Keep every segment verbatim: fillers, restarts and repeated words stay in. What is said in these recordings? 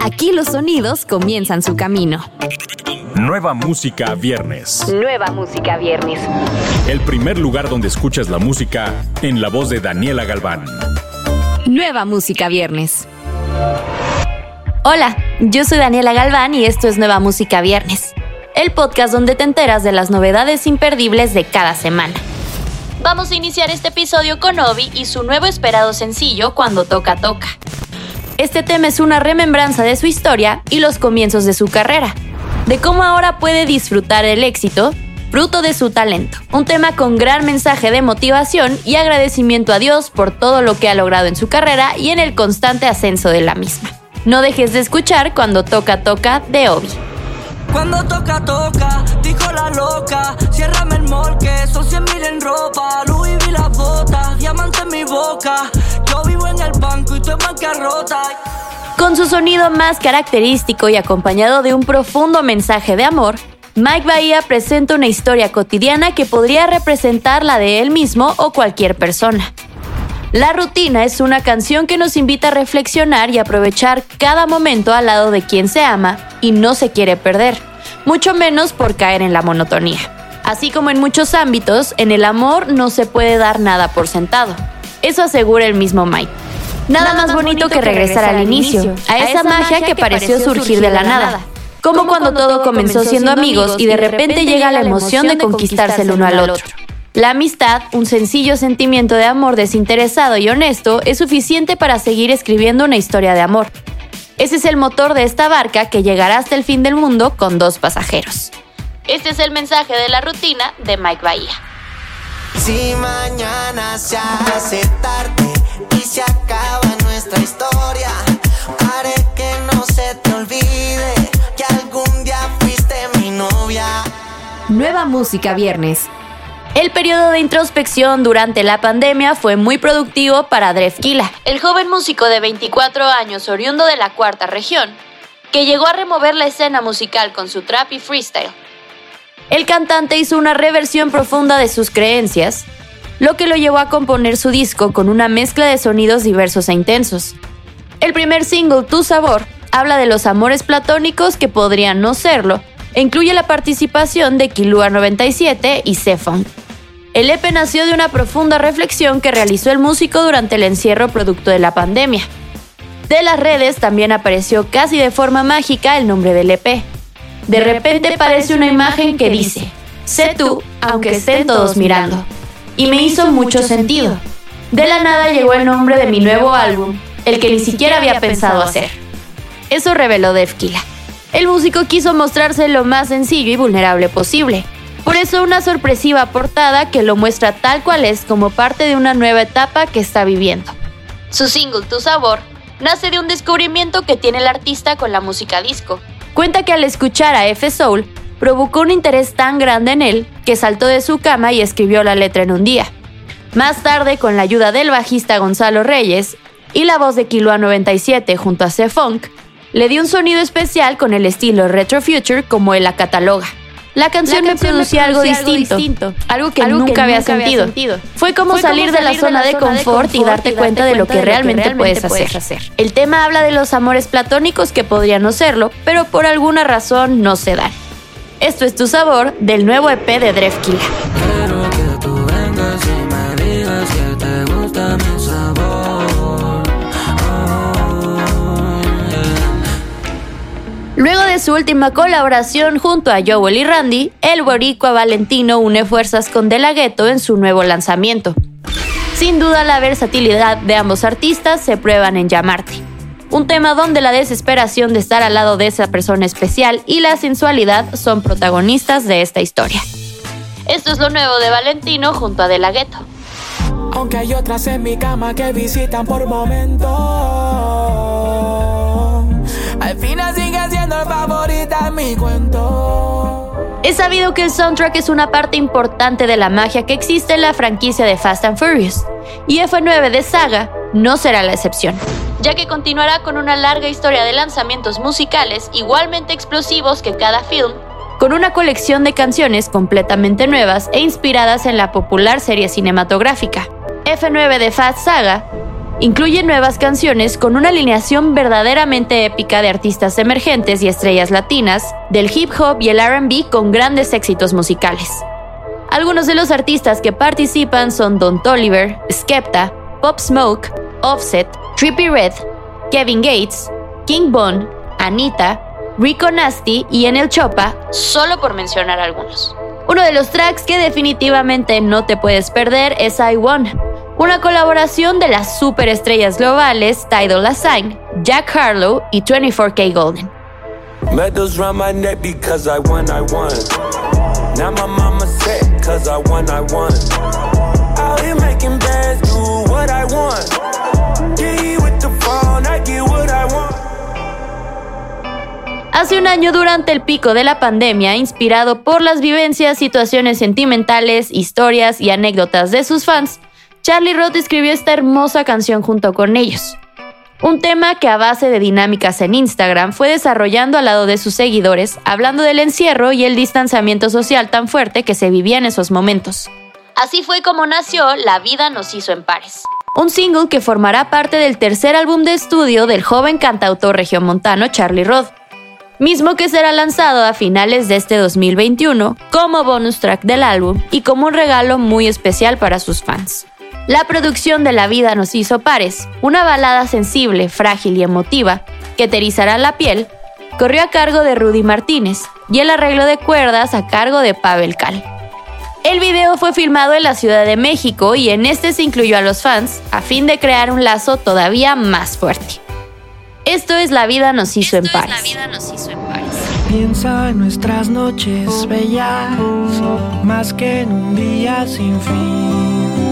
Aquí los sonidos comienzan su camino. Nueva música viernes. Nueva música viernes. El primer lugar donde escuchas la música en la voz de Daniela Galván. Nueva música viernes. Hola, yo soy Daniela Galván y esto es Nueva Música Viernes, el podcast donde te enteras de las novedades imperdibles de cada semana. Vamos a iniciar este episodio con Obi y su nuevo esperado sencillo Cuando Toca Toca. Este tema es una remembranza de su historia y los comienzos de su carrera, de cómo ahora puede disfrutar el éxito, fruto de su talento. Un tema con gran mensaje de motivación y agradecimiento a Dios por todo lo que ha logrado en su carrera y en el constante ascenso de la misma. No dejes de escuchar Cuando Toca Toca de Obi. Cuando toca, toca, dijo la loca. Ciérrame el mall que son cien mil en ropa. Louis V las botas, diamante en mi boca. Yo vivo en el banco y tú en bancarrota. Con su sonido más característico y acompañado de un profundo mensaje de amor, Mike Bahía presenta una historia cotidiana que podría representar la de él mismo o cualquier persona. La Rutina es una canción que nos invita a reflexionar y aprovechar cada momento al lado de quien se ama y no se quiere perder, mucho menos por caer en la monotonía. Así como en muchos ámbitos, en el amor no se puede dar nada por sentado. Eso asegura el mismo Mike. Nada, nada más bonito que regresar al inicio, a esa magia que pareció surgir de la nada. Como cuando todo comenzó siendo amigos y de repente llega la emoción de conquistarse el uno al otro. La amistad, un sencillo sentimiento de amor desinteresado y honesto, es suficiente para seguir escribiendo una historia de amor. Ese es el motor de esta barca que llegará hasta el fin del mundo con dos pasajeros. Este es el mensaje de La Rutina de Mike Bahía. Si mañana se hace tarde y se acaba nuestra historia, haré que no se te olvide que algún día fuiste mi novia. Nueva Música Viernes. El periodo de introspección durante la pandemia fue muy productivo para Drefkila, el joven músico de veinticuatro años oriundo de la cuarta región, que llegó a remover la escena musical con su trap y freestyle. El cantante hizo una reversión profunda de sus creencias, lo que lo llevó a componer su disco con una mezcla de sonidos diversos e intensos. El primer single, Tu Sabor, habla de los amores platónicos que podrían no serlo, e incluye la participación de Kilua noventa y siete y C-Funk. El E P nació de una profunda reflexión que realizó el músico durante el encierro producto de la pandemia. De las redes también apareció casi de forma mágica el nombre del E P. De repente aparece una imagen que dice, sé tú, aunque estén todos mirando. Y me hizo mucho sentido. De la nada llegó el nombre de mi nuevo álbum, el que ni siquiera había pensado hacer. Eso reveló Drefkila. El músico quiso mostrarse lo más sencillo y vulnerable posible. Por eso una sorpresiva portada que lo muestra tal cual es como parte de una nueva etapa que está viviendo. Su single Tu Sabor nace de un descubrimiento que tiene el artista con la música disco. Cuenta que al escuchar a F-Soul provocó un interés tan grande en él que saltó de su cama y escribió la letra en un día. Más tarde, con la ayuda del bajista Gonzalo Reyes y la voz de Kilua noventa y siete junto a C-Funk, le dio un sonido especial con el estilo retro future como él la cataloga. La canción, la canción me producía algo, algo distinto, distinto, algo que algo nunca, que había, nunca sentido. había sentido. Fue como Fue salir, como salir de la zona de, la zona de confort y darte cuenta de lo que realmente, que realmente puedes, puedes hacer. hacer. El tema habla de los amores platónicos que podrían no serlo, pero por alguna razón no se dan. Esto es Tu Sabor, del nuevo E P de Drefkila. Quiero que tú vengas y me digas que te gusta mi sabor. Luego de su última colaboración junto a Jowell y Randy, el boricua Valentino une fuerzas con De La Ghetto en su nuevo lanzamiento. Sin duda la versatilidad de ambos artistas se prueban en Llamarte, un tema donde la desesperación de estar al lado de esa persona especial y la sensualidad son protagonistas de esta historia. Esto es lo nuevo de Valentino junto a De La Ghetto. Aunque hay otras en mi cama que visitan por momentos, al final sigue siendo favorita en mi cuento. Es sabido que el soundtrack es una parte importante de la magia que existe en la franquicia de Fast and Furious, y F nueve de Saga no será la excepción, ya que continuará con una larga historia de lanzamientos musicales igualmente explosivos que cada film, con una colección de canciones completamente nuevas e inspiradas en la popular serie cinematográfica. F nueve de Fast Saga incluye nuevas canciones con una alineación verdaderamente épica de artistas emergentes y estrellas latinas, del hip hop y el R and B con grandes éxitos musicales. Algunos de los artistas que participan son Don Toliver, Skepta, Pop Smoke, Offset, Trippie Redd, Kevin Gates, King Von, Anita, Rico Nasty y Enel Choppa, solo por mencionar algunos. Uno de los tracks que definitivamente no te puedes perder es I Won, una colaboración de las superestrellas globales Ty Dolla $ign, Jack Harlow y veinticuatro K Golden. Medals round my neck because I won, I won. Now my mama set cause I won, I won. Out here making bands, do what I want. Get with the phone, I get what I want. Hace un año, durante el pico de la pandemia, inspirado por las vivencias, situaciones sentimentales, historias y anécdotas de sus fans, Charlie Roth escribió esta hermosa canción junto con ellos. Un tema que a base de dinámicas en Instagram fue desarrollando al lado de sus seguidores, hablando del encierro y el distanciamiento social tan fuerte que se vivía en esos momentos. Así fue como nació La vida nos hizo en pares, un single que formará parte del tercer álbum de estudio del joven cantautor regiomontano Charlie Roth, mismo que será lanzado a finales de este dos mil veintiuno como bonus track del álbum y como un regalo muy especial para sus fans. La producción de La vida nos hizo pares, una balada sensible, frágil y emotiva que te erizará la piel, corrió a cargo de Rudy Martínez y el arreglo de cuerdas a cargo de Pavel Cal. El video fue filmado en la Ciudad de México y en este se incluyó a los fans a fin de crear un lazo todavía más fuerte. Esto es La vida nos hizo en pares. Piensa en nuestras noches bellas, más que en un día sin fin.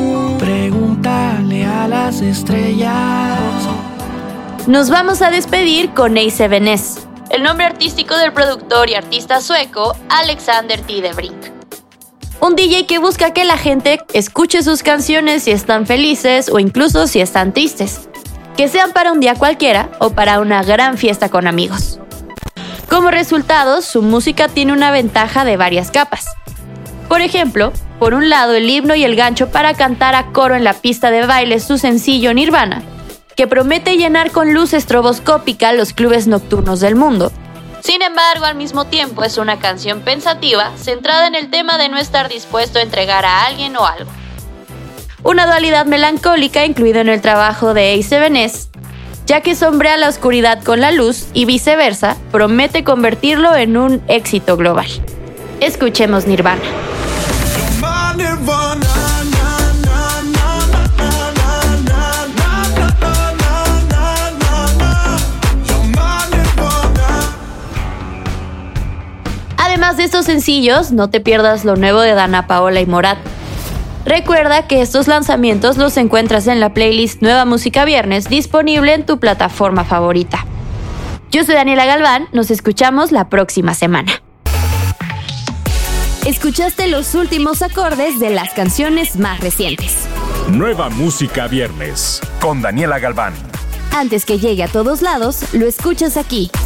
Pregúntale a las estrellas. Nos vamos a despedir con A siete S, el nombre artístico del productor y artista sueco Alexander Tidebrink. Un D J que busca que la gente escuche sus canciones si están felices o incluso si están tristes, que sean para un día cualquiera o para una gran fiesta con amigos. Como resultado, su música tiene una ventaja de varias capas. Por ejemplo, por un lado el himno y el gancho para cantar a coro en la pista de baile su sencillo Nirvana, que promete llenar con luz estroboscópica los clubes nocturnos del mundo. Sin embargo, al mismo tiempo es una canción pensativa, centrada en el tema de no estar dispuesto a entregar a alguien o algo. Una dualidad melancólica incluida en el trabajo de A siete S, ya que sombrea la oscuridad con la luz y viceversa, promete convertirlo en un éxito global. Escuchemos Nirvana. Además de estos sencillos, no te pierdas lo nuevo de Dana Paola y Morat. Recuerda que estos lanzamientos los encuentras en la playlist Nueva Música Viernes, disponible en tu plataforma favorita. Yo soy Daniela Galván, nos escuchamos la próxima semana. Escuchaste los últimos acordes de las canciones más recientes. Nueva Música Viernes con Daniela Galván. Antes que llegue a todos lados, lo escuchas aquí.